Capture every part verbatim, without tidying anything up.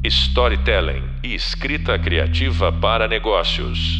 Storytelling e escrita criativa para negócios.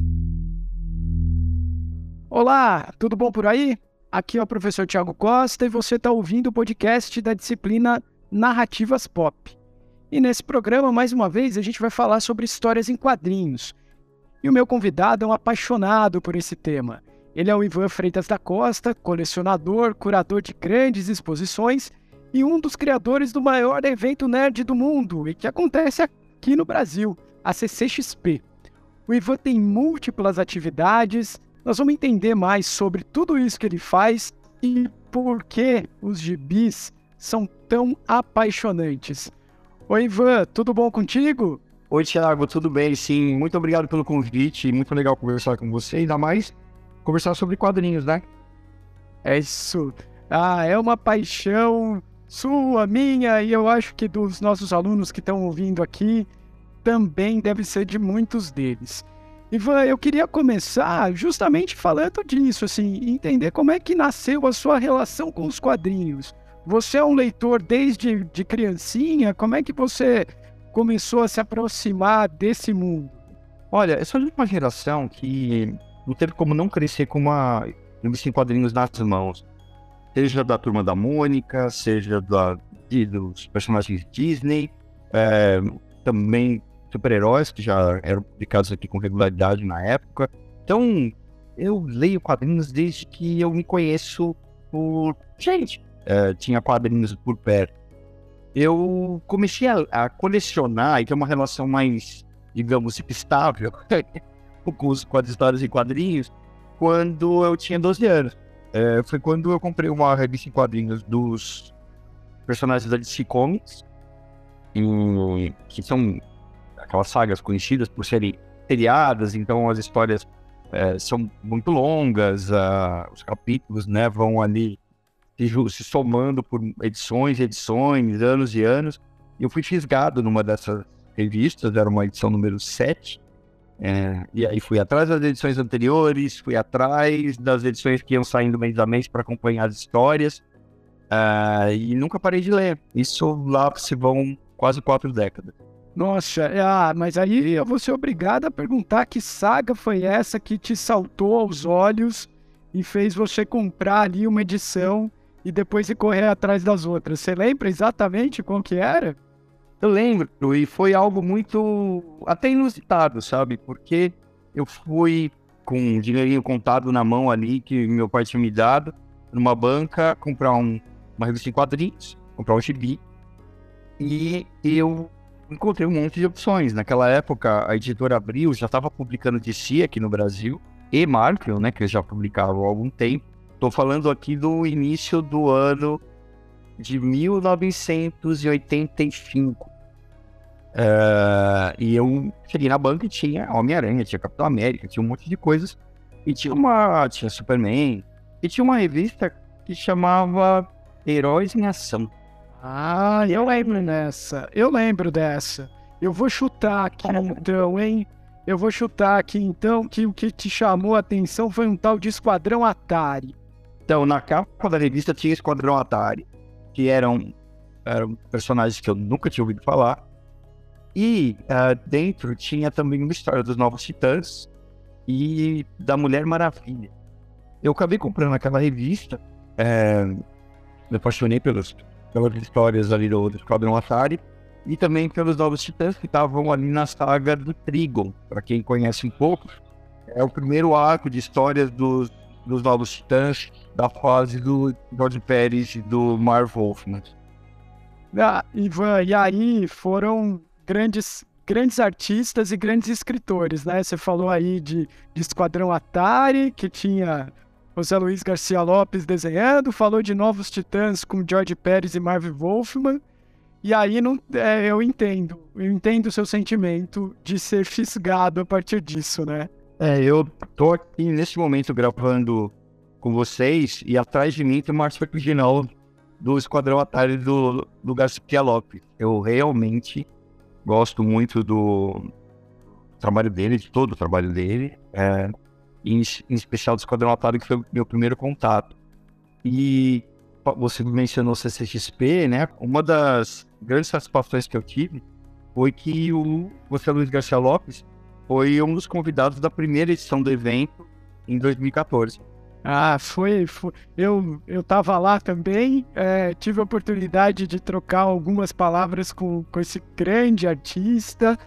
Olá, tudo bom por aí? Aqui é o professor Thiago Costa e você está ouvindo o podcast da disciplina Narrativas Pop. E nesse programa, mais uma vez, a gente vai falar sobre histórias em quadrinhos. E o meu convidado é um apaixonado por esse tema. Ele é o Ivan Freitas da Costa, colecionador, curador de grandes exposições e um dos criadores do maior evento nerd do mundo, e que acontece aqui no Brasil, a C C X P. O Ivan tem múltiplas atividades, nós vamos entender mais sobre tudo isso que ele faz e por que os gibis são tão apaixonantes. Oi, Ivan, tudo bom contigo? Oi, Thiago, tudo bem? Sim, muito obrigado pelo convite, muito legal conversar com você, ainda mais conversar sobre quadrinhos, né? É isso. Ah, é uma paixão sua, minha, e eu acho que dos nossos alunos que estão ouvindo aqui, também deve ser de muitos deles. Ivan, eu queria começar justamente falando disso, assim, entender como é que nasceu a sua relação com os quadrinhos. Você é um leitor desde de criancinha, como é que você começou a se aproximar desse mundo? Olha, eu sou de uma geração que não teve como não crescer com uma revista em quadrinhos nas mãos. Seja da Turma da Mônica, seja da, de, dos personagens Disney, é, também super-heróis que já eram publicados aqui com regularidade na época. Então, eu leio quadrinhos desde que eu me conheço por gente. É, tinha quadrinhos por perto. Eu comecei a, a colecionar e ter uma relação mais, digamos, estável com, os, com as histórias em quadrinhos quando eu tinha doze anos. É, foi quando eu comprei uma revista em quadrinhos dos personagens da D C Comics, em, que são aquelas sagas conhecidas por serem seriadas, então as histórias é, são muito longas, uh, os capítulos, né, vão ali se, se somando por edições e edições, anos e anos. E eu fui fisgado numa dessas revistas, era uma edição número sete, É, e aí fui atrás das edições anteriores, fui atrás das edições que iam saindo mês a mês para acompanhar as histórias, uh, e nunca parei de ler. Isso lá se vão quase quatro décadas. Nossa, ah, mas aí eu vou ser obrigado a perguntar que saga foi essa que te saltou aos olhos e fez você comprar ali uma edição e depois ir correr atrás das outras. Você lembra exatamente qual que era? Eu lembro, e foi algo muito até inusitado, sabe? Porque eu fui com um dinheirinho contado na mão ali, que meu pai tinha me dado, numa banca, comprar um, uma revista em quadrinhos, comprar um gibi, e eu encontrei um monte de opções. Naquela época, a editora Abril já estava publicando D C aqui no Brasil, e Marvel, né, que eles já publicavam há algum tempo. Estou falando aqui do início do ano de mil novecentos e oitenta e cinco. Uh, e eu cheguei na banca e tinha Homem-Aranha, tinha Capitão América, tinha um monte de coisas. E tinha uma, tinha Superman, e tinha uma revista que chamava Heróis em Ação. Ah, eu lembro dessa, eu lembro dessa. Eu vou chutar aqui então, hein? Eu vou chutar aqui então que o que te chamou a atenção foi um tal de Esquadrão Atari. Então, na capa da revista tinha Esquadrão Atari, que eram, eram personagens que eu nunca tinha ouvido falar. E uh, dentro tinha também uma história dos Novos Titãs e da Mulher Maravilha. Eu acabei comprando aquela revista, é, me apaixonei pelas, pelas histórias ali do, do Esquadrão Atari e também pelos Novos Titãs que estavam ali na saga do Trigon. Para quem conhece um pouco, é o primeiro arco de histórias dos, dos Novos Titãs da fase do George Pérez e do Marv Wolfman. Ah, Ivan, e aí foram grandes, grandes artistas e grandes escritores, né? Você falou aí de, de Esquadrão Atari, que tinha José Luiz Garcia Lopes desenhando, falou de Novos Titãs com George Pérez e Marv Wolfman, e aí não, é, eu entendo, eu entendo o seu sentimento de ser fisgado a partir disso, né? É, eu tô aqui nesse momento gravando com vocês, e atrás de mim tem uma arte original do Esquadrão Atari do, do Garcia Lopes. Eu realmente gosto muito do trabalho dele, de todo o trabalho dele, é, em, em especial do Esquadrão Atari, que foi o meu primeiro contato. E você mencionou o C C X P, né? Uma das grandes satisfações que eu tive foi que o José Luiz Garcia Lopes foi um dos convidados da primeira edição do evento em dois mil e quatorze. Ah, foi, foi. Eu, eu tava lá também, é, tive a oportunidade de trocar algumas palavras com, com esse grande artista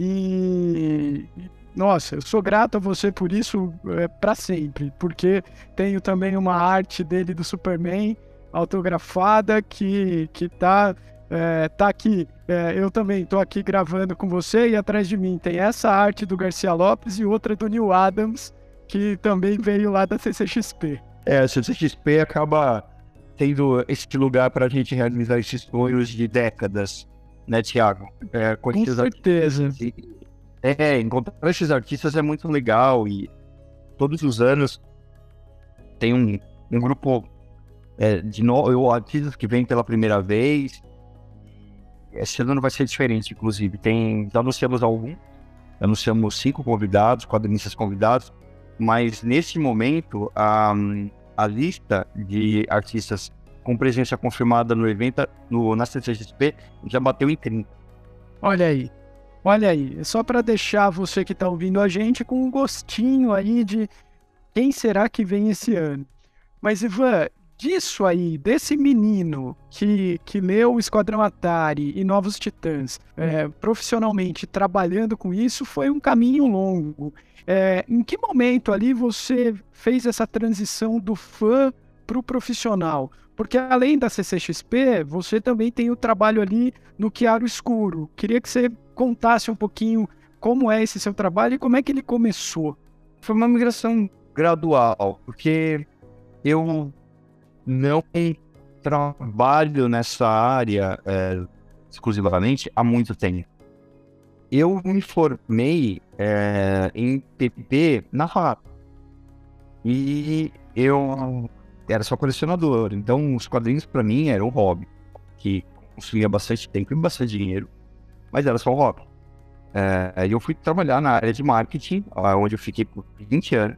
e, nossa, eu sou grato a você por isso é, para sempre, porque tenho também uma arte dele do Superman autografada que, que tá, é, tá aqui. É, eu também tô aqui gravando com você e atrás de mim tem essa arte do Garcia Lopes e outra do Neil Adams, que também veio lá da C C X P. É, a C C X P acaba tendo esse lugar para a gente realizar esses sonhos de décadas, né, Thiago? É, com Com certeza. Artistas. É, encontrar esses artistas é muito legal e todos os anos tem um, um grupo é, de novos artistas que vêm pela primeira vez. Esse ano vai ser diferente, inclusive. Tem, já anunciamos algum, anunciamos cinco convidados, quadrinistas convidados, mas nesse momento a, a lista de artistas com presença confirmada no evento, no, na C C X P, já bateu em trinta. Olha aí, olha aí, é só para deixar você que está ouvindo a gente com um gostinho aí de quem será que vem esse ano. Mas Ivan, disso aí, desse menino que, que leu o Esquadrão Atari e Novos Titãs, é, profissionalmente trabalhando com isso, foi um caminho longo. É, em que momento ali você fez essa transição do fã para o profissional? Porque além da C C X P, você também tem o trabalho ali no Chiaro Escuro. Queria que você contasse um pouquinho como é esse seu trabalho e como é que ele começou. Foi uma migração gradual, porque eu não trabalho nessa área é, exclusivamente há muito tempo. Eu me formei é, em P P P na F A P e eu era só colecionador, então os quadrinhos para mim eram um hobby, que consumia bastante tempo e bastante dinheiro, mas era só um hobby. É, eu fui trabalhar na área de marketing, onde eu fiquei por vinte anos,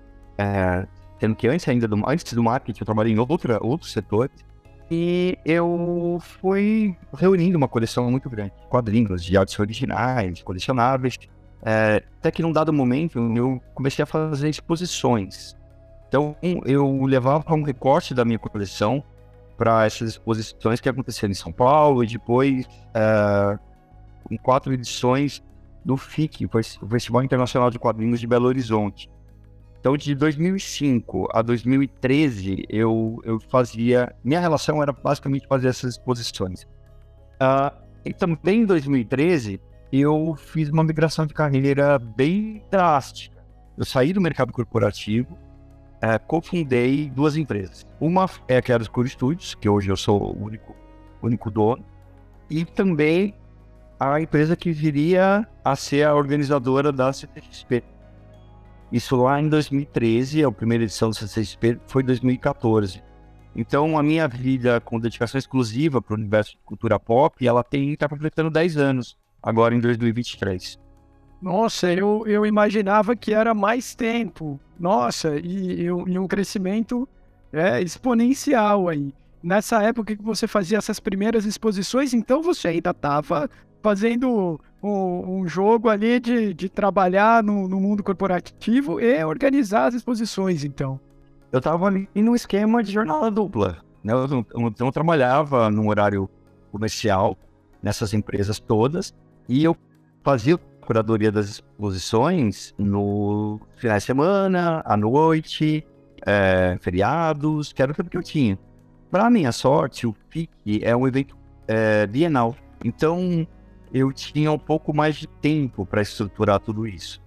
é, sendo que antes ainda do, antes do marketing eu trabalhei em outra, outros setores. E eu fui reunindo uma coleção muito grande de quadrinhos, de artes originais, colecionáveis. É, até que num dado momento eu comecei a fazer exposições. Então eu levava um recorte da minha coleção para essas exposições que aconteceram em São Paulo e depois é, em quatro edições do F I C, o Festival Internacional de Quadrinhos de Belo Horizonte. Então, de dois mil e cinco a dois mil e treze, eu, eu fazia... Minha relação era basicamente fazer essas exposições. Uh, e também em dois mil e treze, eu fiz uma migração de carreira bem drástica. Eu saí do mercado corporativo, uh, cofundei duas empresas. Uma é a Chiaro Escuro Studios, que hoje eu sou o único, único dono, e também a empresa que viria a ser a organizadora da C C X P. Isso lá em dois mil e treze, a primeira edição do C C X P foi em dois mil e quatorze. Então, a minha vida com dedicação exclusiva para o universo de cultura pop, ela tem está completando dez anos, agora em dois mil e vinte e três. Nossa, eu, eu imaginava que era mais tempo. Nossa, e, e um crescimento é, exponencial aí. Nessa época que você fazia essas primeiras exposições, então você ainda estava fazendo um, um jogo ali de, de trabalhar no, no mundo corporativo e organizar as exposições, então. Eu estava ali num esquema de jornada dupla, né? Eu, eu, eu, eu trabalhava num horário comercial nessas empresas todas e eu fazia a curadoria das exposições no final de semana, à noite, é, feriados, que era o tempo que eu tinha. Para minha sorte, o F I C é um evento é, bienal, então eu tinha um pouco mais de tempo para estruturar tudo isso,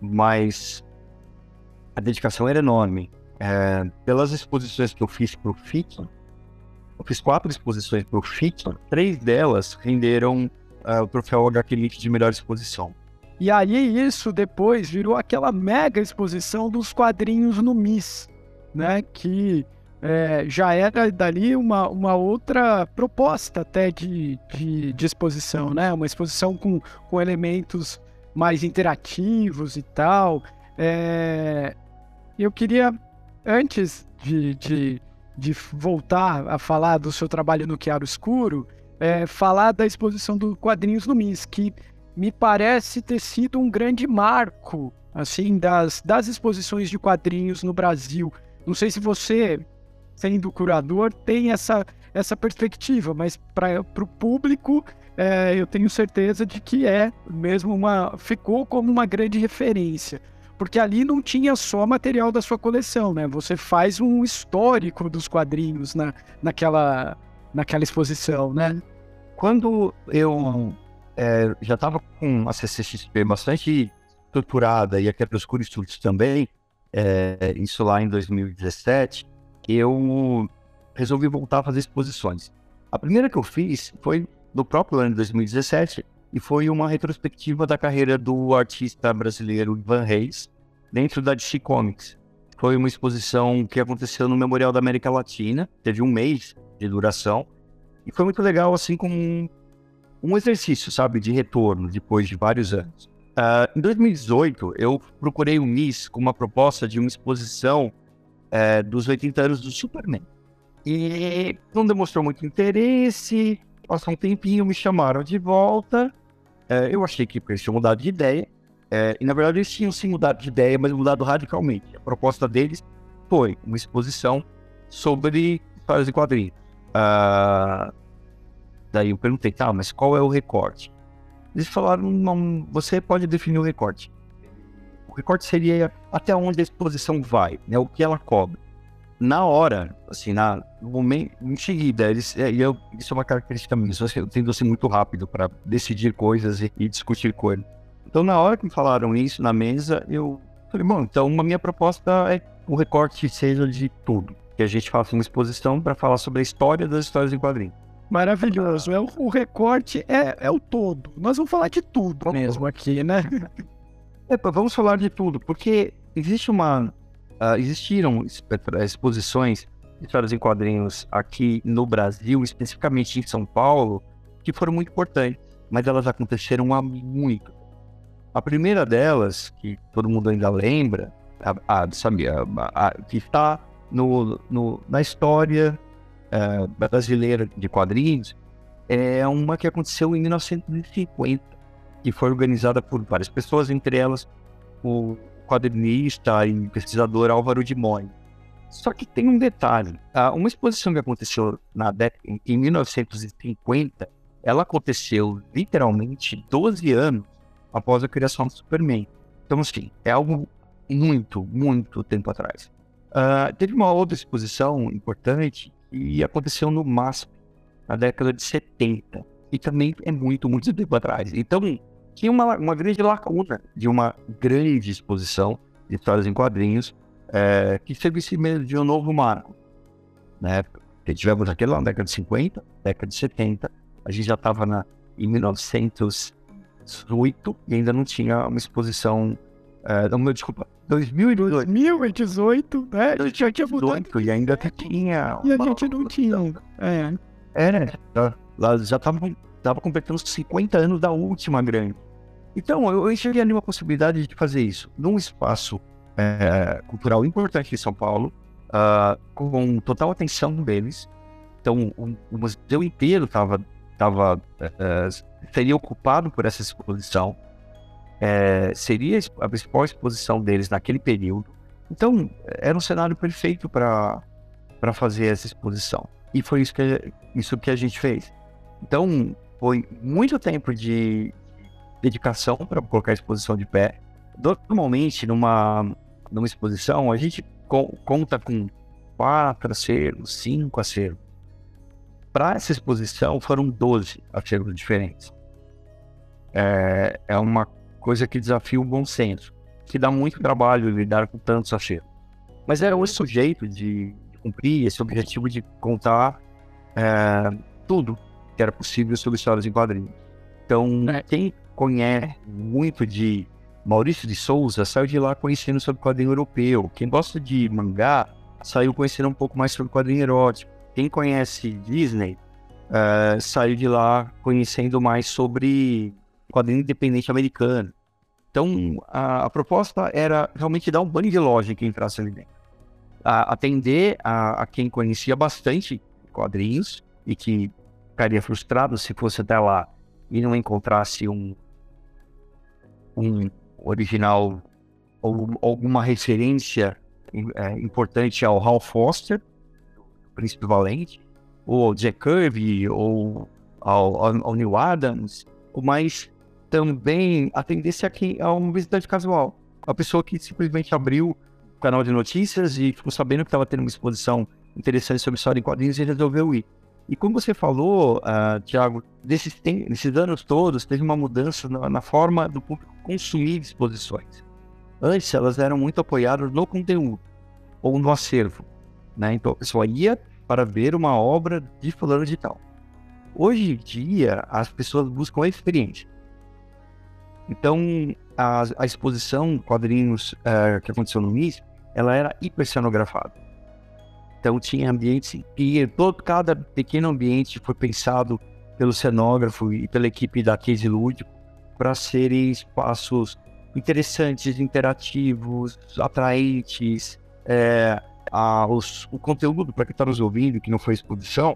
mas a dedicação era enorme. É, pelas exposições que eu fiz para o F I C, eu fiz quatro exposições para o F I C, três delas renderam uh, o troféu H Q Link de melhor exposição. E aí isso depois virou aquela mega exposição dos quadrinhos no M I S, né, que é, já era dali uma, uma outra proposta até de, de, de exposição, né? Uma exposição com, com elementos mais interativos e tal. É, eu queria, antes de, de, de voltar a falar do seu trabalho no Chiaro Escuro, é, falar da exposição do quadrinhos no M I S, que me parece ter sido um grande marco, assim, das, das exposições de quadrinhos no Brasil. Não sei se você, sendo curador, tem essa, essa perspectiva, mas para o público, é, eu tenho certeza de que é mesmo uma, ficou como uma grande referência. Porque ali não tinha só material da sua coleção, né? Você faz um histórico dos quadrinhos na, naquela, naquela exposição, né? Quando eu é, já estava com a C C X P bastante estruturada e a Quebra Escura Studios também, é, isso lá em dois mil e dezessete, eu resolvi voltar a fazer exposições. A primeira que eu fiz foi no próprio ano de dois mil e dezessete e foi uma retrospectiva da carreira do artista brasileiro Ivan Reis dentro da D C Comics. Foi uma exposição que aconteceu no Memorial da América Latina, teve um mês de duração e foi muito legal, assim, como um, um exercício, sabe, de retorno depois de vários anos. Uh, em dois mil e dezoito, eu procurei o M I S com uma proposta de uma exposição uh, dos oitenta anos do Superman. E não demonstrou muito interesse, passou um tempinho, me chamaram de volta. Uh, eu achei que eles tinham mudado de ideia. Uh, e na verdade eles tinham sim mudado de ideia, mas mudado radicalmente. A proposta deles foi uma exposição sobre histórias em quadrinhos. Uh, daí eu perguntei, tá, mas qual é o recorte? Eles falaram, não, você pode definir o recorte. O recorte seria até onde a exposição vai, né, o que ela cobre. Na hora, assim, na, no momento, em seguida, eles, e eu, isso é uma característica minha, eu tendo a ser muito rápido para decidir coisas e, e discutir coisas. Então, na hora que me falaram isso na mesa, eu falei, bom, então a minha proposta é que o recorte seja de tudo. Que a gente faça uma exposição para falar sobre a história das histórias em quadrinhos. Maravilhoso. É o, o recorte é, é o todo. Nós vamos falar de tudo vamos mesmo aqui, né? É, vamos falar de tudo, porque existe uma, uh, existiram exposições de histórias em quadrinhos aqui no Brasil, especificamente em São Paulo, que foram muito importantes, mas elas aconteceram há muito. A primeira delas, que todo mundo ainda lembra, a, a, sabe, a, a, que está no, no, na história Uh, brasileira de quadrinhos, é uma que aconteceu em mil novecentos e cinquenta, que foi organizada por várias pessoas, entre elas o quadrinista e pesquisador Álvaro de Moy. Só que tem um detalhe, uh, uma exposição que aconteceu na década, em mil novecentos e cinquenta, ela aconteceu literalmente doze anos após a criação do Superman. Então, assim, é algo muito, muito tempo atrás. Uh, teve uma outra exposição importante e aconteceu no M A S P, na década de setenta. E também é muito, muito tempo atrás. Então, tinha uma, uma grande lacuna de uma grande exposição de histórias em quadrinhos é, que servisse mesmo de um novo marco. Né? Tivemos aquele lá na década de cinquenta, década de setenta. A gente já estava em mil novecentos e dezoito e ainda não tinha uma exposição... É, não, desculpa, dois mil e dezoito. dois mil e dezoito, né? A gente já tinha mudado. E ainda tinha... E a gente não tinha. É. Era, já, lá já estava completando os cinquenta anos da última grande. Então, eu, eu enxerguei ali uma possibilidade de fazer isso num espaço é, cultural importante em São Paulo, uh, com total atenção deles. Então, o, o museu inteiro estava tava, uh, seria ocupado por essa exposição. É, seria a principal exposição deles naquele período. Então, era um cenário perfeito para para fazer essa exposição. E foi isso que, isso que a gente fez. Então, foi muito tempo de dedicação para colocar a exposição de pé. Normalmente, numa, numa exposição, a gente co- conta com quatro acervos, cinco acervos. Para essa exposição, foram doze acervos diferentes. É, é uma coisa que desafia o bom senso, que dá muito trabalho lidar com tantos acervos. Mas era o sujeito de, de cumprir esse objetivo de contar é, tudo que era possível sobre histórias em quadrinhos. Então, é. quem conhece muito de Maurício de Souza saiu de lá conhecendo sobre quadrinho europeu. Quem gosta de mangá saiu conhecendo um pouco mais sobre quadrinho erótico. Quem conhece Disney uh, saiu de lá conhecendo mais sobre quadrinho independente americano. Então, a, a proposta era realmente dar um banho de loja em quem entrasse ali dentro. A, atender a, a quem conhecia bastante quadrinhos e que ficaria frustrado se fosse até lá e não encontrasse um, um original ou alguma referência é, importante ao Hal Foster, Príncipe Valente, ou ao Jack Kirby, ou ao, ao, ao Neil Adams, mas também a tendência aqui é uma visitante casual. Uma pessoa que simplesmente abriu o canal de notícias e ficou sabendo que estava tendo uma exposição interessante sobre história em quadrinhos e resolveu ir. E como você falou, uh, Thiago, desses, tem, nesses anos todos, teve uma mudança na, na forma do público consumir exposições. Antes, elas eram muito apoiadas no conteúdo, ou no acervo, né? Então, a pessoa ia para ver uma obra de fulano de tal. Hoje em dia, as pessoas buscam a experiência. Então, a, a exposição quadrinhos uh, que aconteceu no M I S, ela era hipercenografada. Então, tinha ambientes e todo, cada pequeno ambiente foi pensado pelo cenógrafo e pela equipe da Case Lúdico para serem espaços interessantes, interativos, atraentes. É, a, os, o conteúdo, para quem está nos ouvindo, que não foi exposição,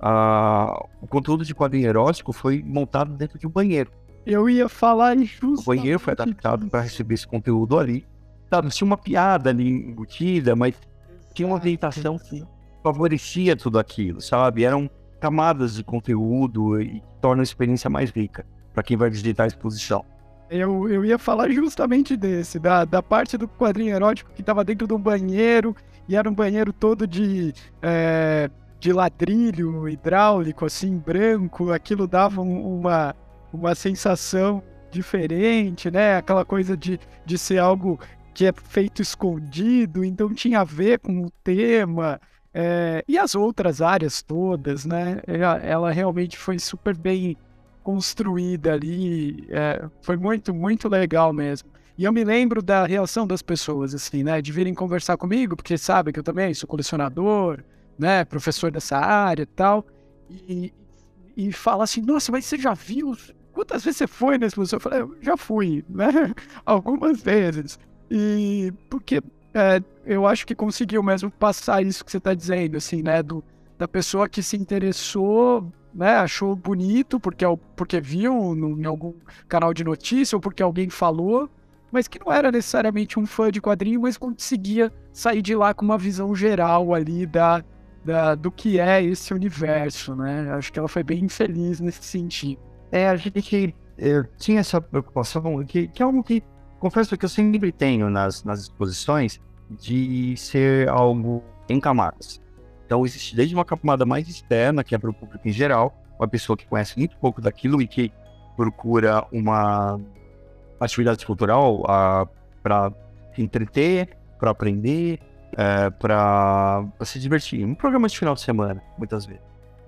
a, o conteúdo de quadrinho erótico foi montado dentro de um banheiro. Eu ia falar justamente. O banheiro foi adaptado para receber esse conteúdo ali. Sabe, tinha uma piada ali embutida, mas tinha uma orientação que favorecia tudo aquilo, sabe? Eram camadas de conteúdo e tornam a experiência mais rica para quem vai visitar a exposição. Eu, eu ia falar justamente desse, da, da parte do quadrinho erótico que estava dentro de um banheiro, e era um banheiro todo de, é, de ladrilho hidráulico, assim, branco. Aquilo dava um, uma, uma sensação diferente, né? Aquela coisa de, de ser algo que é feito escondido, então tinha a ver com o tema, é, e as outras áreas todas, né? Ela, ela realmente foi super bem construída ali, é, foi muito, muito legal mesmo. E eu me lembro da reação das pessoas, assim, né? De virem conversar comigo, porque sabem que eu também sou colecionador, né? Professor dessa área e tal, e, e fala assim, nossa, mas você já viu? Quantas vezes você foi na exposição? Eu falei, eu já fui, né? Algumas vezes. E porque é, eu acho que conseguiu mesmo passar isso que você está dizendo, assim, né? Do, da pessoa que se interessou, né? Achou bonito porque, porque viu no, em algum canal de notícia ou porque alguém falou, mas que não era necessariamente um fã de quadrinho, mas conseguia sair de lá com uma visão geral ali da, da, do que é esse universo, né? Acho que ela foi bem infeliz nesse sentido. É, a gente eu tinha essa preocupação, que, que é algo que confesso que eu sempre tenho nas, nas exposições, de ser algo em camadas. Então existe desde uma camada mais externa, que é para o público em geral, uma pessoa que conhece muito pouco daquilo e que procura uma atividade cultural para se entreter, para aprender, é, para se divertir. Um programa de final de semana, muitas vezes.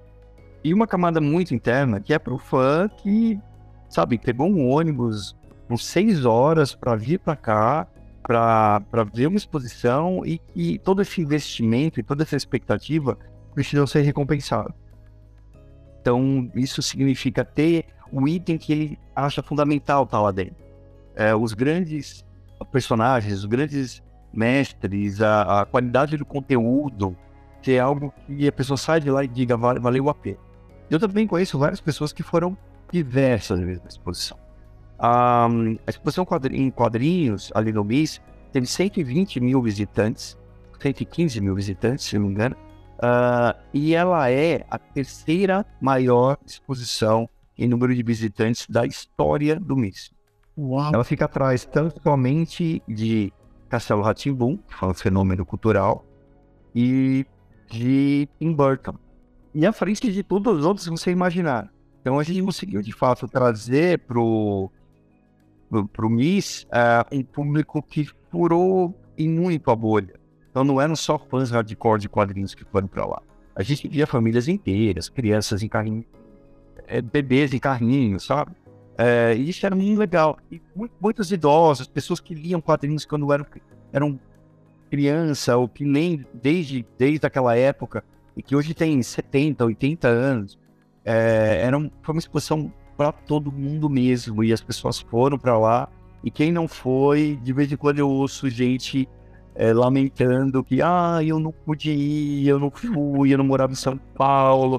E uma camada muito interna, que é para o fã que, sabe, pegou um ônibus por seis horas para vir para cá, para ver uma exposição e que todo esse investimento e toda essa expectativa precisam ser recompensados. Então, isso significa ter o item que ele acha fundamental estar lá dentro. É, os grandes personagens, os grandes mestres, a, a qualidade do conteúdo, ter algo que a pessoa sai de lá e diga, vale, valeu a pena. Eu também conheço várias pessoas que foram diversas vezes na exposição. A, a exposição em quadrinhos, ali no M I S, teve cento e vinte mil visitantes, cento e quinze mil visitantes, se não me engano, uh, e ela é a terceira maior exposição em número de visitantes da história do M I S. Uau. Ela fica atrás tanto somente de Castelo Rá-Tim-Bum, que foi um fenômeno cultural, e de Tim Burton. E à frente de todos os outros que você imaginar. Então a gente conseguiu, de fato, trazer para o para o M I S uh, um público que furou em muito a bolha. Então não eram só fãs hardcore de quadrinhos que foram para lá. A gente via famílias inteiras, crianças em carrinho, é, bebês em carrinhos, sabe? É, e isso era muito legal. E muitos idosos, pessoas que liam quadrinhos quando eram, eram criança, ou que nem desde, desde aquela época, e que hoje tem setenta, oitenta anos. É, era um, foi uma exposição para todo mundo mesmo, e as pessoas foram para lá, e quem não foi, de vez em quando eu ouço gente é, lamentando que, ah, eu não pude ir, eu não fui, eu não morava em São Paulo.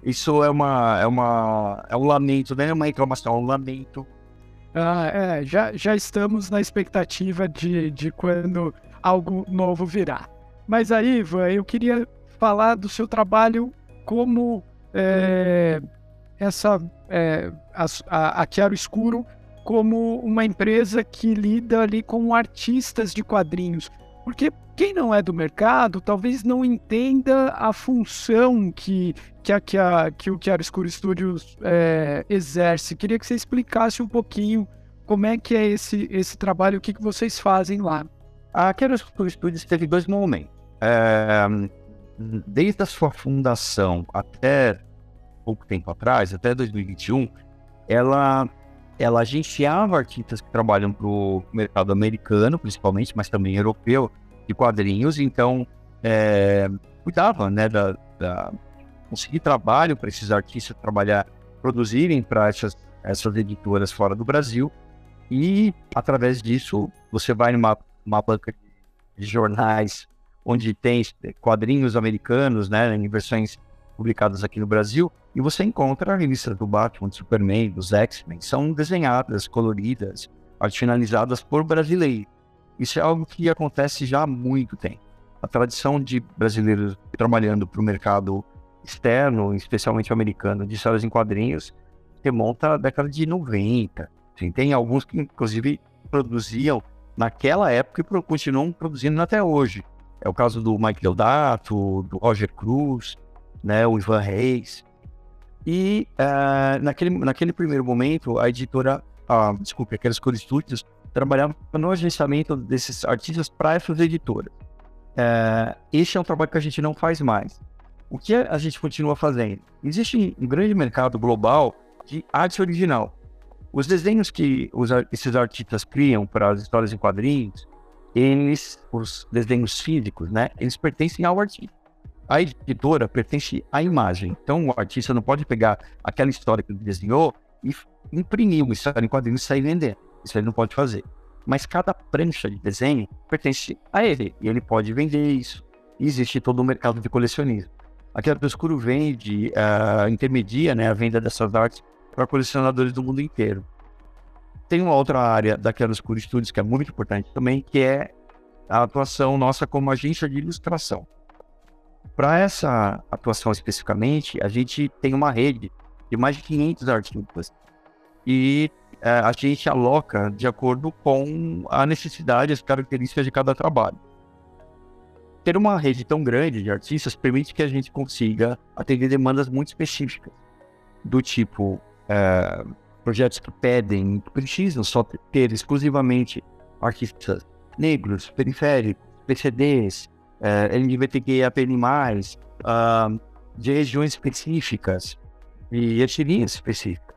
Isso é uma, é uma, é um lamento, não é uma reclamação, é um lamento. Ah, é, já, já estamos na expectativa de, de quando algo novo virá. Mas aí, Ivan, eu queria falar do seu trabalho como é, essa, é, a, a, a Chiaro Escuro como uma empresa que lida ali com artistas de quadrinhos. Porque quem não é do mercado talvez não entenda a função que, que, a, que, a, que o Chiaro Escuro Studios é, exerce. Queria que você explicasse um pouquinho como é que é esse, esse trabalho, o que, que vocês fazem lá. A Chiaro Escuro Studios teve dois momentos. É, desde a sua fundação até pouco tempo atrás, até dois mil e vinte e um, ela, ela agenciava artistas que trabalham para o mercado americano, principalmente, mas também europeu, de quadrinhos. Então, é, cuidava, né, da, da conseguir trabalho para esses artistas trabalhar, produzirem para essas, essas editoras fora do Brasil. E, através disso, você vai numa uma banca de jornais onde tem quadrinhos americanos, né, em versões publicadas aqui no Brasil, e você encontra revistas do Batman, do Superman, dos X-Men, são desenhadas, coloridas, arte finalizadas por brasileiros. Isso é algo que acontece já há muito tempo. A tradição de brasileiros trabalhando para o mercado externo, especialmente americano, de histórias em quadrinhos, remonta à década de noventa. Assim, tem alguns que, inclusive, produziam naquela época e continuam produzindo até hoje. É o caso do Mike Deodato, do Roger Cruz, né, o Ivan Reis. E uh, naquele, naquele primeiro momento, a editora, ah, desculpe, aqueles Escuro Studios, trabalhava no agenciamento desses artistas para essas editoras. Uh, esse é um trabalho que a gente não faz mais. O que a gente continua fazendo? Existe um grande mercado global de arte original. Os desenhos que os, esses artistas criam para as histórias em quadrinhos, eles, os desenhos físicos, né, eles pertencem ao artista. A editora pertence à imagem. Então, o artista não pode pegar aquela história que ele desenhou e imprimir uma história em quadrinhos e sair vendendo. Isso ele não pode fazer. Mas cada prancha de desenho pertence a ele, e ele pode vender isso. E existe todo um mercado de colecionismo. A Chiaro Escuro vende, uh, intermedia, né, a venda dessas artes para colecionadores do mundo inteiro. Tem uma outra área da Chiaro Escuro Studios que é muito importante também, que é a atuação nossa como agência de ilustração. Para essa atuação especificamente, a gente tem uma rede de mais de quinhentos artistas e uh, a gente aloca de acordo com a necessidade, as características de cada trabalho. Ter uma rede tão grande de artistas permite que a gente consiga atender demandas muito específicas, do tipo uh, projetos que pedem, que precisam só ter exclusivamente artistas negros, periféricos, P C Ds, uh, L G B T Q I A P N mais, uh, de regiões específicas e etnias específicas.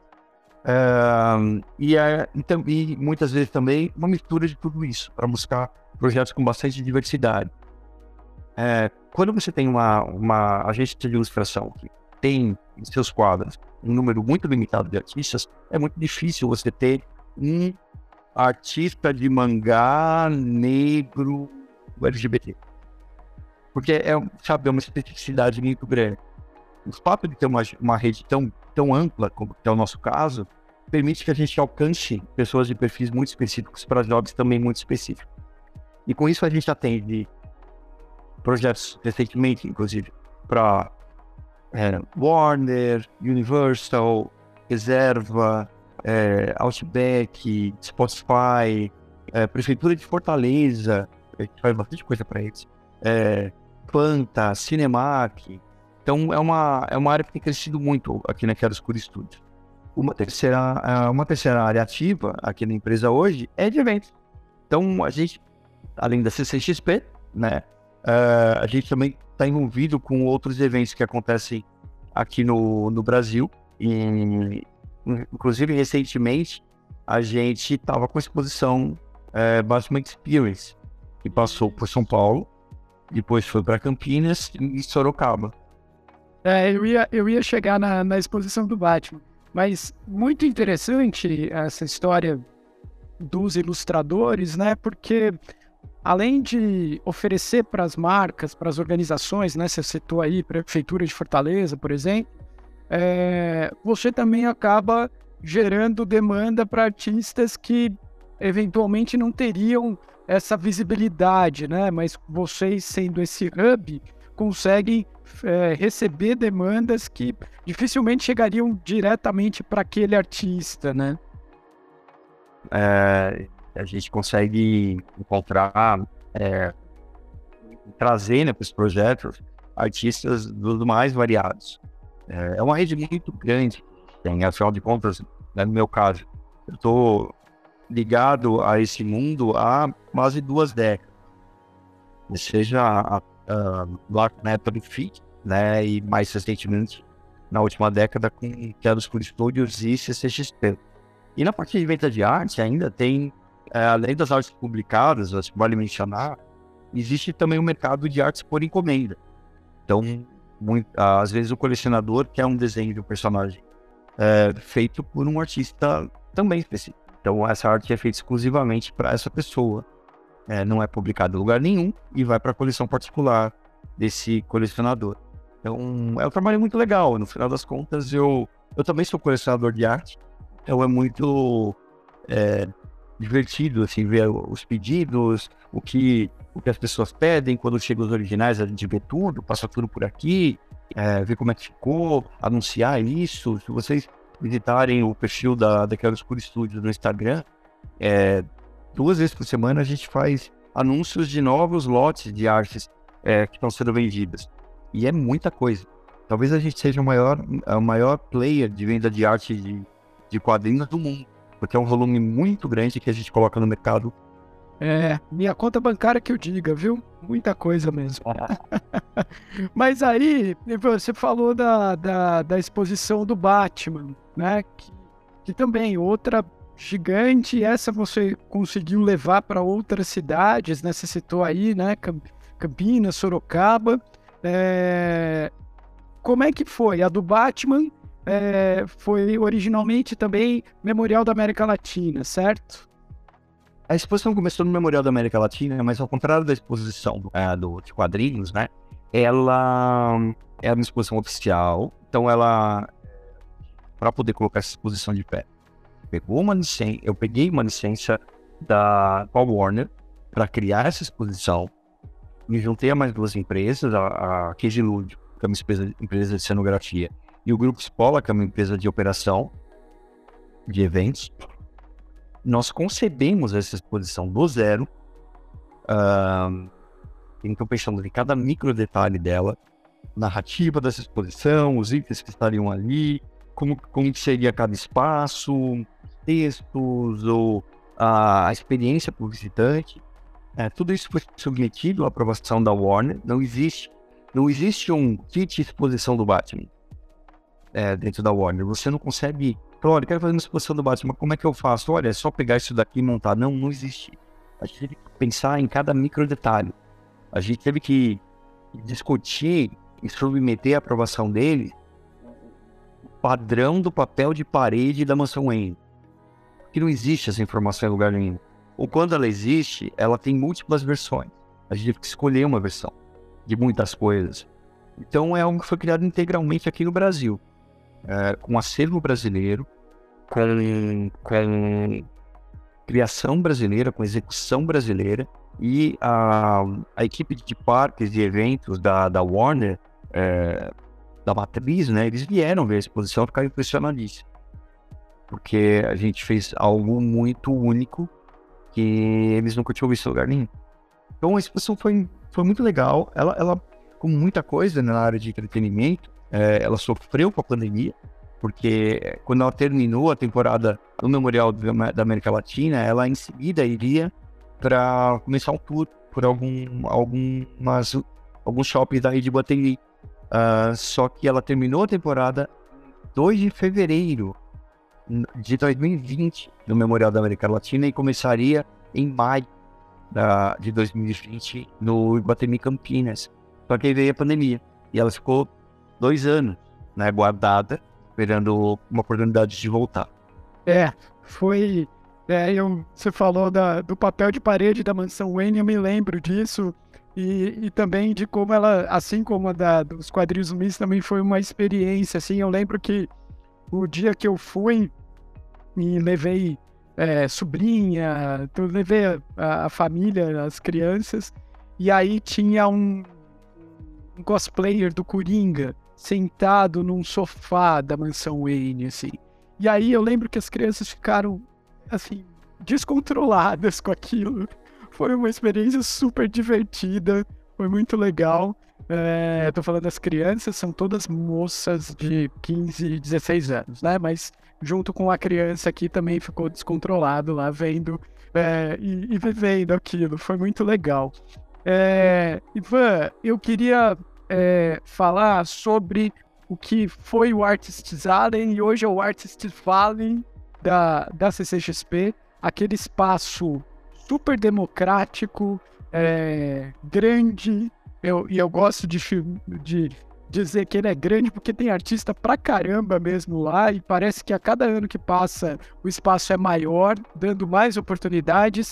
Uh, e, uh, e, e muitas vezes também uma mistura de tudo isso, para buscar projetos com bastante diversidade. Uh, quando você tem uma, uma agência de ilustração que tem em seus quadros um número muito limitado de artistas, é muito difícil você ter um artista de mangá negro L G B T. Porque é, sabe, é uma especificidade muito grande. O fato de ter uma, uma rede tão, tão ampla, como é o nosso caso, permite que a gente alcance pessoas de perfis muito específicos para jobs também muito específicos. E com isso a gente atende projetos recentemente, inclusive, para é, Warner, Universal, Reserva, é, Outback, Spotify, é, Prefeitura de Fortaleza, a gente faz bastante coisa para eles, é, Fanta, Cinemark. Então é uma, é uma área que tem crescido muito aqui na Chiaro Escuro Studios. Uma terceira, uma terceira área ativa aqui na empresa hoje é de eventos. Então a gente, além da C C X P, né, uh, a gente também está envolvido com outros eventos que acontecem aqui no, no Brasil. E, inclusive, recentemente, a gente estava com a exposição uh, Batman Experience, que passou por São Paulo, depois foi para Campinas e Sorocaba. É, eu ia, eu ia chegar na, na exposição do Batman, mas muito interessante essa história dos ilustradores, né? Porque além de oferecer para as marcas, para as organizações, né? Você citou aí Prefeitura de Fortaleza, por exemplo, é, você também acaba gerando demanda para artistas que eventualmente não teriam essa visibilidade, né? Mas vocês, sendo esse hub, conseguem é, receber demandas que dificilmente chegariam diretamente para aquele artista, né? É, a gente consegue encontrar, é, trazer, né, para os projetos artistas dos mais variados. É, é uma rede muito grande, tem, afinal de contas, né, no meu caso, eu estou ligado a esse mundo há quase duas décadas, seja a, a Black Metal Fit, né, e mais recentemente, na última década, com Chiaroscuro Studios e C C X P. E na parte de venda de arte ainda tem, é, além das artes publicadas, acho que vale mencionar, existe também o mercado de artes por encomenda. Então, muito, às vezes o colecionador quer um desenho de um personagem é, feito por um artista também específico. Então, essa arte é feita exclusivamente para essa pessoa. É, não é publicada em lugar nenhum e vai para a coleção particular desse colecionador. Então, é um trabalho muito legal. No final das contas, eu, eu também sou colecionador de arte. Então, é muito é, divertido assim, ver os pedidos, o que, o que as pessoas pedem. Quando chegam os originais, a gente vê tudo, passa tudo por aqui, é, ver como é que ficou, anunciar isso. Se vocês visitarem o perfil da, da Chiaroscuro Studios no Instagram, é, duas vezes por semana a gente faz anúncios de novos lotes de artes é, que estão sendo vendidas. E é muita coisa. Talvez a gente seja o maior, o maior player de venda de arte de, de quadrinhos do mundo, porque é um volume muito grande que a gente coloca no mercado. É, minha conta bancária que eu diga, viu? Muita coisa mesmo. Mas aí, você falou da, da, da exposição do Batman, né? Que, que também, outra gigante, essa você conseguiu levar para outras cidades, né? Você citou aí, né? Campinas, Sorocaba. É... Como é que foi? A do Batman é... foi originalmente também Memorial da América Latina, certo? A exposição começou no Memorial da América Latina, mas ao contrário da exposição do, é, do, de quadrinhos, né? Ela é uma exposição oficial, então ela, para poder colocar essa exposição de pé, pegou uma licença, eu peguei uma licença da Paul Warner para criar essa exposição, me juntei a mais duas empresas, a, a Cage Ludio, que é uma empresa, empresa de cenografia, e o Grupo Spola, que é uma empresa de operação de eventos. Nós concebemos essa exposição do zero, uh, então pensando em cada micro detalhe dela, narrativa dessa exposição, os itens que estariam ali, como, como seria cada espaço, textos, ou a, a experiência para o visitante. É, tudo isso foi submetido à aprovação da Warner. Não existe, não existe um kit exposição do Batman é, dentro da Warner. Você não consegue... Olha, eu quero fazer uma exposição do Batman, como é que eu faço? Olha, é só pegar isso daqui e montar. Não, não existe. A gente teve que pensar em cada micro detalhe. A gente teve que discutir e submeter a aprovação dele o padrão do papel de parede da mansão Wayne. Porque não existe essa informação em lugar nenhum. Ou quando ela existe, ela tem múltiplas versões. A gente teve que escolher uma versão de muitas coisas. Então é algo que foi criado integralmente aqui no Brasil. É, com acervo brasileiro, com, com criação brasileira, com execução brasileira, e a, a equipe de parques e eventos da, da Warner, é, da matriz, né, eles vieram ver a exposição e ficaram impressionadíssimos, porque a gente fez algo muito único que eles nunca tinham visto em lugar nenhum. Então a exposição foi, foi muito legal, ela, ela como muita coisa na área de entretenimento, É, ela sofreu com a pandemia, porque quando ela terminou a temporada no Memorial da América Latina, ela em seguida iria para começar um tour por algum, algumas, alguns shoppings daí de Bateria. Uh, só que ela terminou a temporada dois de fevereiro de dois mil e vinte no Memorial da América Latina e começaria em maio da, de dois mil e vinte no Iguatemi Campinas. Só que aí veio a pandemia e ela ficou dois anos, né, guardada, esperando uma oportunidade de voltar. É, foi... É, eu, você falou da, do papel de parede da mansão Wayne, eu me lembro disso. E, e também de como ela, assim como a da, dos quadrinhos Miss, também foi uma experiência, assim, eu lembro que o dia que eu fui e levei é, sobrinha, eu levei a, a família, as crianças, e aí tinha um, um cosplayer do Coringa sentado num sofá da mansão Wayne, assim. E aí eu lembro que as crianças ficaram, assim, descontroladas com aquilo. Foi uma experiência super divertida, foi muito legal. É, tô falando das crianças, são todas moças de quinze, dezesseis anos, né? Mas junto com a criança aqui também ficou descontrolado lá, vendo é, e, e vivendo aquilo. Foi muito legal. É, Ivan, eu queria é, falar sobre o que foi o Artists Alley e hoje é o Artists Valley da, da C C X P, aquele espaço super democrático, é, grande, eu, e eu gosto de, de dizer que ele é grande porque tem artista pra caramba mesmo lá, e parece que a cada ano que passa o espaço é maior, dando mais oportunidades.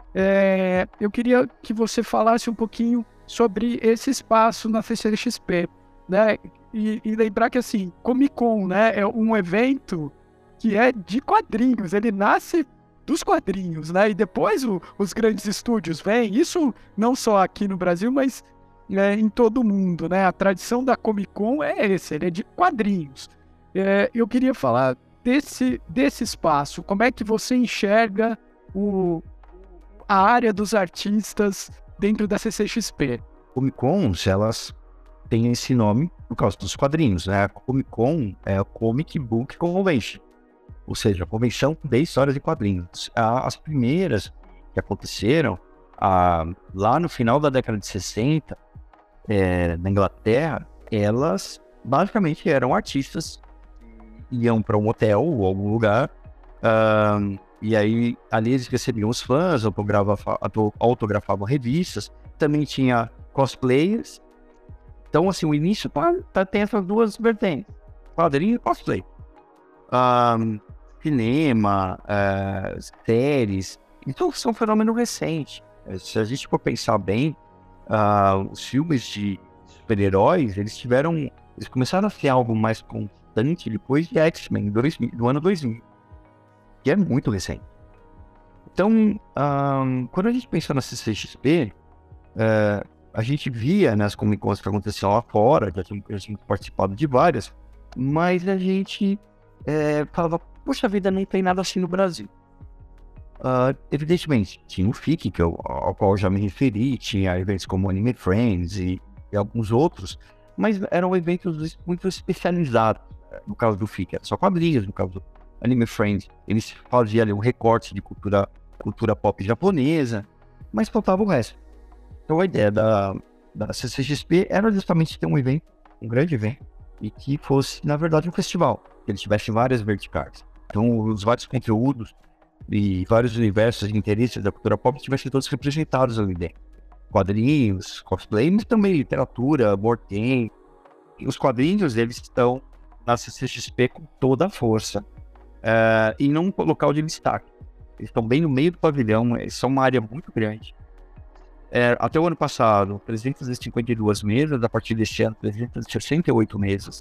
É, eu queria que você falasse um pouquinho sobre esse espaço na C C X P, né? E, e lembrar que, assim, Comic Con, né, é um evento que é de quadrinhos, ele nasce dos quadrinhos, né? E depois o, os grandes estúdios vêm, isso não só aqui no Brasil, mas é, em todo o mundo, né? A tradição da Comic Con é esse, ele é de quadrinhos. É, eu queria falar desse, desse espaço, como é que você enxerga o, a área dos artistas dentro da C C X P? Comic Cons, elas têm esse nome por causa dos quadrinhos, né? A Comic Con é a Comic Book Convention, ou seja, a convenção de histórias e quadrinhos. As primeiras que aconteceram ah, lá no final da década de sessenta, é, na Inglaterra, elas basicamente eram artistas que iam para um hotel ou algum lugar, ah, e aí ali eles recebiam os fãs, autografavam, autografavam revistas, também tinha cosplayers. Então, assim, o início tá, tá, tem essas duas vertentes, quadrinho e cosplay. Um, cinema, uh, séries, então são um fenômeno recente. Se a gente for pensar bem, uh, os filmes de super-heróis, eles tiveram, eles começaram a ser algo mais constante depois de X-Men, do ano dois mil, que é muito recente. Então, um, quando a gente pensa na C C X P, uh, a gente via nas Comic Cons que aconteciam lá fora, já tínhamos, já tínhamos participado de várias, mas a gente é, falava, poxa vida, não tem nada assim no Brasil. Uh, evidentemente, tinha o F I C, que eu, ao qual eu já me referi, tinha eventos como Anime Friends e, e alguns outros, mas eram eventos muito especializados. No caso do F I C, era só quadrinhos, no caso do Anime Friends, eles faziam ali um recorte de cultura, cultura pop japonesa, mas faltava o resto. Então a ideia da, da C C X P era justamente ter um evento, um grande evento, e que fosse, na verdade, um festival, que ele tivesse várias verticais. Então os vários conteúdos e vários universos de interesses da cultura pop tivessem todos representados ali dentro. Quadrinhos, cosplay, mas também literatura, board game. E os quadrinhos, eles estão na C C X P com toda a força, uh, e num local de destaque. Eles estão bem no meio do pavilhão, eles são uma área muito grande. É, até o ano passado, trezentas e cinquenta e duas mesas, a partir deste ano, trezentas e sessenta e oito mesas.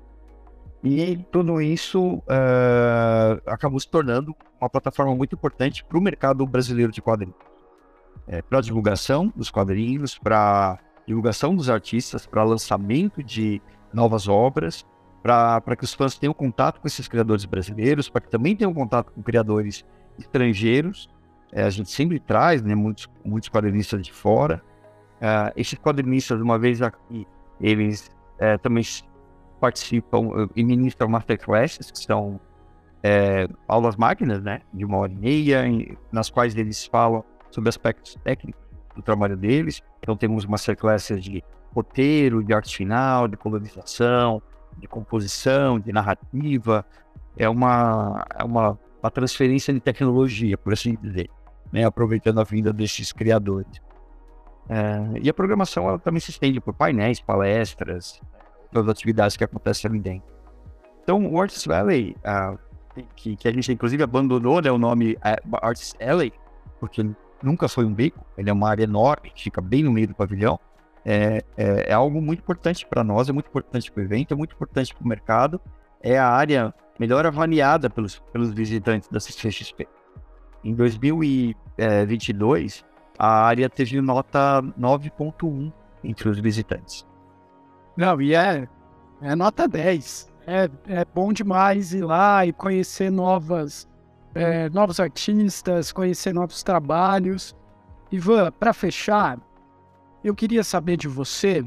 E tudo isso uh, acabou se tornando uma plataforma muito importante para o mercado brasileiro de quadrinhos. É, para a divulgação dos quadrinhos, para divulgação dos artistas, para lançamento de novas obras, para que os fãs tenham contato com esses criadores brasileiros, para que também tenham contato com criadores estrangeiros. É, a gente sempre traz, né, muitos, muitos quadrinistas de fora. Uh, esses quadrinistas, uma vez aqui, eles uh, também participam uh, e ministram masterclasses, que são uh, aulas máquinas, né, de uma hora e meia, em, nas quais eles falam sobre aspectos técnicos do trabalho deles. Então temos masterclasses de roteiro, de arte final, de colorização, de composição, de narrativa. É uma, é uma, uma transferência de tecnologia, por assim dizer. Né, aproveitando a vinda desses criadores. É, e a programação ela também se estende por painéis, palestras, todas as atividades que acontecem ali dentro. Então, o Artists Valley, uh, que, que a gente inclusive abandonou, né, o nome uh, Artists Alley, porque nunca foi um beco, ele é uma área enorme, que fica bem no meio do pavilhão. É, é, é algo muito importante para nós, é muito importante para o evento, é muito importante para o mercado. É a área melhor avaliada pelos, pelos visitantes da C C X P. Em dois mil e vinte e dois, a área teve nota nove ponto um entre os visitantes. Não, e é, é nota dez. É, é bom demais ir lá e conhecer novas, é, novos artistas, conhecer novos trabalhos. Ivan, para fechar, eu queria saber de você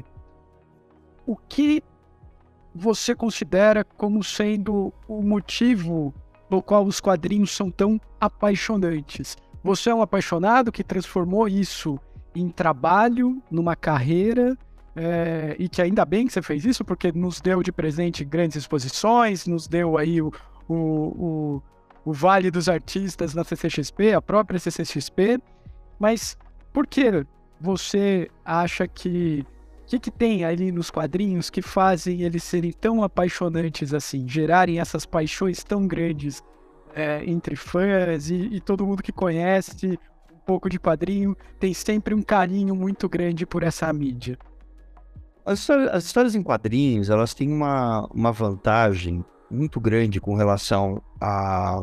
o que você considera como sendo o motivo pelo qual os quadrinhos são tão apaixonantes. Você é um apaixonado que transformou isso em trabalho, numa carreira, é, e que ainda bem que você fez isso, porque nos deu de presente grandes exposições, nos deu aí o, o, o, o Vale dos Artistas na C C X P, a própria C C X P, mas por que você acha que... O que, que tem ali nos quadrinhos que fazem eles serem tão apaixonantes assim, gerarem essas paixões tão grandes é, entre fãs e, e todo mundo que conhece um pouco de quadrinho tem sempre um carinho muito grande por essa mídia? As histórias, as histórias em quadrinhos, elas têm uma, uma vantagem muito grande com relação a,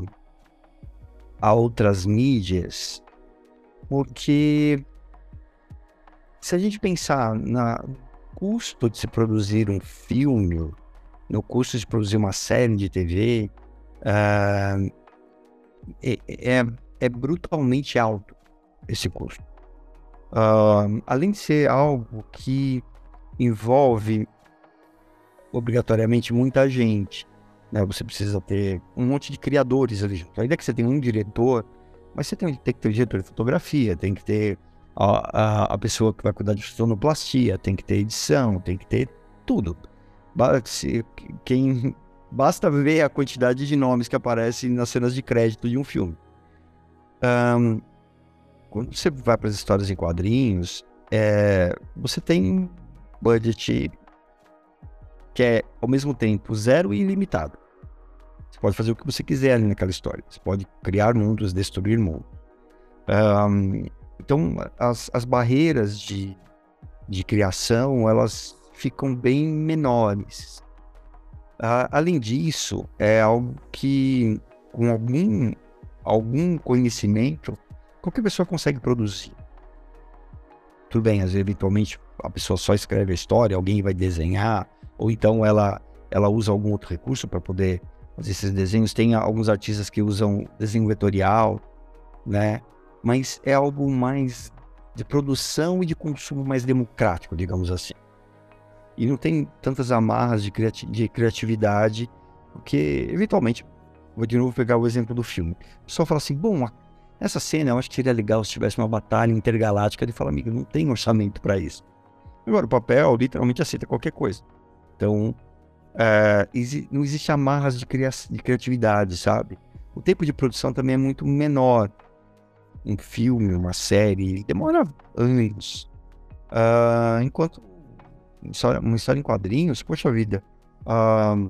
a outras mídias, porque se a gente pensar no custo de se produzir um filme, no custo de produzir uma série de T V, uh, é, é, é brutalmente alto esse custo. Uh, além de ser algo que envolve obrigatoriamente muita gente, né? Você precisa ter um monte de criadores ali junto. Ainda que você tenha um diretor, mas você tem, tem que ter um diretor de fotografia, tem que ter A, a, a pessoa que vai cuidar de sonoplastia, tem que ter edição, tem que ter tudo. Se, quem, basta ver a quantidade de nomes que aparecem nas cenas de crédito de um filme. Um, quando você vai para as histórias em quadrinhos, é, você tem um budget que é, ao mesmo tempo, zero e ilimitado. Você pode fazer o que você quiser ali naquela história. Você pode criar mundos, destruir mundos. Um, Então, as, as barreiras de, de criação, elas ficam bem menores. Ah, além disso, é algo que, com algum, algum conhecimento, qualquer pessoa consegue produzir. Tudo bem, às vezes, eventualmente, a pessoa só escreve a história, alguém vai desenhar, ou então ela, ela usa algum outro recurso para poder fazer esses desenhos. Tem alguns artistas que usam desenho vetorial, né? Mas é algo mais de produção e de consumo mais democrático, digamos assim. E não tem tantas amarras de, criati- de criatividade, porque, eventualmente, vou de novo pegar o exemplo do filme. O pessoal fala assim, bom, essa cena eu acho que seria legal se tivesse uma batalha intergaláctica. Ele fala, amigo, não tem orçamento para isso. Agora, o papel literalmente aceita qualquer coisa. Então, é, exi- não existe amarras de, cria- de criatividade, sabe? O tempo de produção também é muito menor. Um filme, uma série, demora anos. Uh, enquanto uma história em quadrinhos, poxa vida, uh,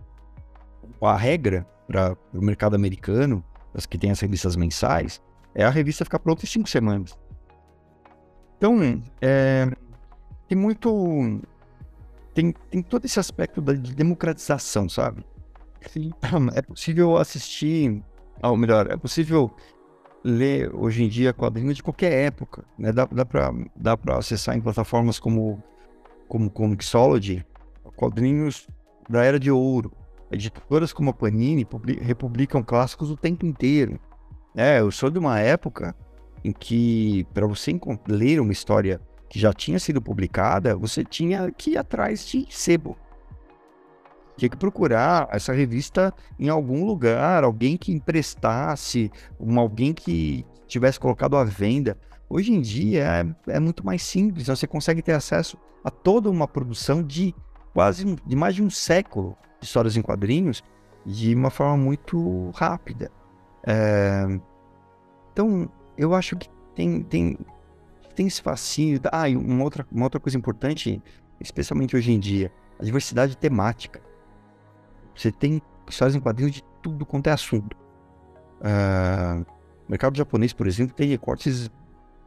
a regra para o mercado americano, as que tem as revistas mensais, é a revista ficar pronta em cinco semanas. Então, é, tem muito... Tem, tem todo esse aspecto da, de democratização, sabe? Sim. É possível assistir, ou melhor, é possível ler hoje em dia quadrinhos de qualquer época, né? Dá, dá para dá para acessar em plataformas como como Comixology, quadrinhos da Era de Ouro. Editoras como a Panini publi, republicam clássicos o tempo inteiro. É, eu sou de uma época em que, para você ler uma história que já tinha sido publicada, você tinha que ir atrás de sebo. Tinha que procurar essa revista em algum lugar, alguém que emprestasse, um, alguém que tivesse colocado à venda. Hoje em dia é, é muito mais simples, você consegue ter acesso a toda uma produção de quase um, de mais de um século de histórias em quadrinhos de uma forma muito rápida. É, então, eu acho que tem, tem, tem esse fascínio. Ah, e uma outra, uma outra coisa importante, especialmente hoje em dia, a diversidade temática. Você tem histórias em quadrinhos de tudo quanto é assunto. Uh, o mercado japonês, por exemplo, tem recortes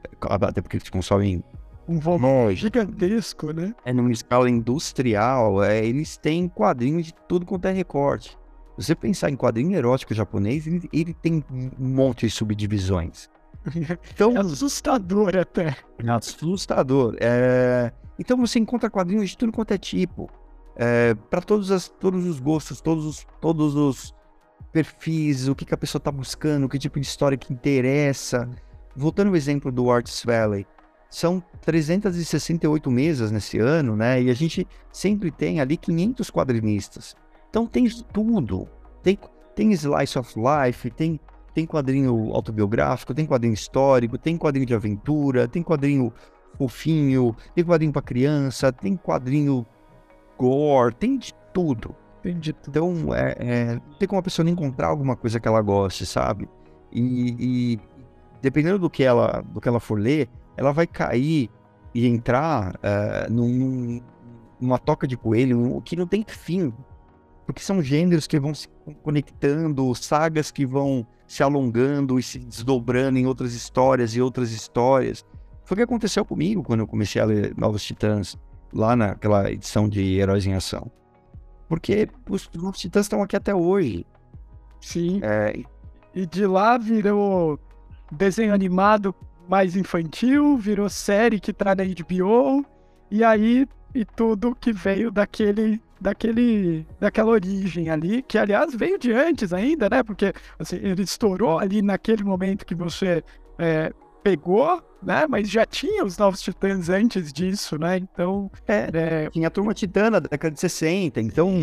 até porque eles consomem Um volume gigantesco, né? é, numa escala industrial, é, eles têm quadrinhos de tudo quanto é recorte. Se você pensar em quadrinho erótico japonês, ele, ele tem um monte de subdivisões. Então, É assustador até. é assustador. É... Então você encontra quadrinhos de tudo quanto é tipo. É, para todos, as, todos os gostos, todos os, todos os perfis, o que, que a pessoa está buscando, que tipo de história que interessa. Voltando ao exemplo do Artist Valley, são trezentas e sessenta e oito mesas nesse ano, né? E a gente sempre tem ali quinhentos quadrinistas. Então tem tudo. Tem, tem slice of life, tem, tem quadrinho autobiográfico, tem quadrinho histórico, tem quadrinho de aventura, tem quadrinho fofinho, tem quadrinho para criança, tem quadrinho gore, tem de tudo. Tem de tudo. Então, é, é, tem como a pessoa não encontrar alguma coisa que ela goste, sabe? E, e dependendo do que, ela, do que ela for ler, ela vai cair e entrar uh, num, numa toca de coelho que não tem fim. Porque são gêneros que vão se conectando, sagas que vão se alongando e se desdobrando em outras histórias e outras histórias. Foi o que aconteceu comigo quando eu comecei a ler Novos Titãs, lá naquela edição de Heróis em Ação. Porque os Novos Titãs estão aqui até hoje. Sim. É... E de lá virou desenho animado mais infantil, virou série que tá na H B O, e aí e tudo que veio daquele, daquele, daquela origem ali, que aliás veio de antes ainda, né? Porque assim, ele estourou ali naquele momento que você é, pegou, né? Mas já tinha os Novos Titãs antes disso, né? Então... É, é... tinha a Turma Titã da década de sessenta, então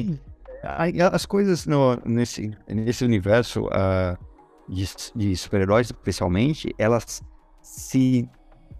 a, as coisas no, nesse, nesse universo uh, de, de super-heróis, especialmente, elas se,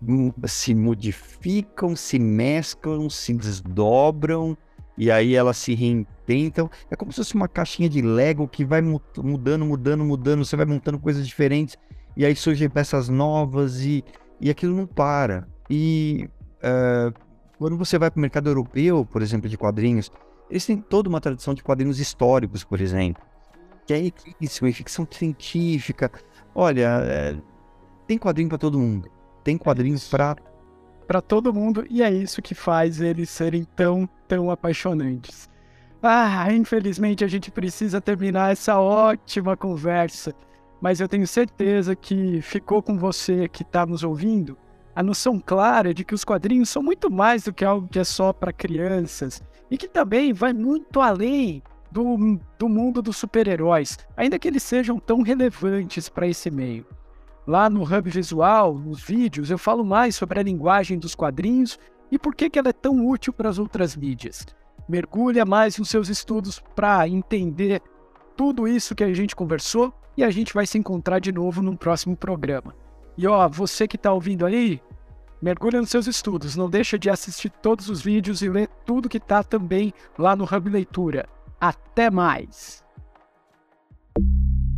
se modificam, se mesclam, se desdobram, e aí elas se reinventam. É como se fosse uma caixinha de Lego que vai mudando, mudando, mudando, você vai montando coisas diferentes, e aí surgem peças novas, e, e aquilo não para. E uh, quando você vai para o mercado europeu, por exemplo, de quadrinhos, eles têm toda uma tradição de quadrinhos históricos, por exemplo, que é riquíssimo, em ficção científica. Olha... É, tem quadrinho para todo mundo. Tem quadrinhos para para todo mundo, e é isso que faz eles serem tão, tão apaixonantes. Ah, infelizmente a gente precisa terminar essa ótima conversa, mas eu tenho certeza que ficou com você que está nos ouvindo a noção clara de que os quadrinhos são muito mais do que algo que é só para crianças, e que também vai muito além do, do mundo dos super-heróis, ainda que eles sejam tão relevantes para esse meio. Lá no Hub Visual, nos vídeos, eu falo mais sobre a linguagem dos quadrinhos e por que, que ela é tão útil para as outras mídias. Mergulha mais nos seus estudos para entender tudo isso que a gente conversou e a gente vai se encontrar de novo no próximo programa. E ó, você que está ouvindo aí, mergulha nos seus estudos, não deixa de assistir todos os vídeos e ler tudo que está também lá no Hub Leitura. Até mais!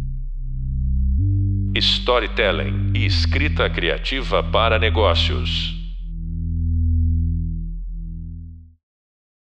Storytelling e escrita criativa para negócios.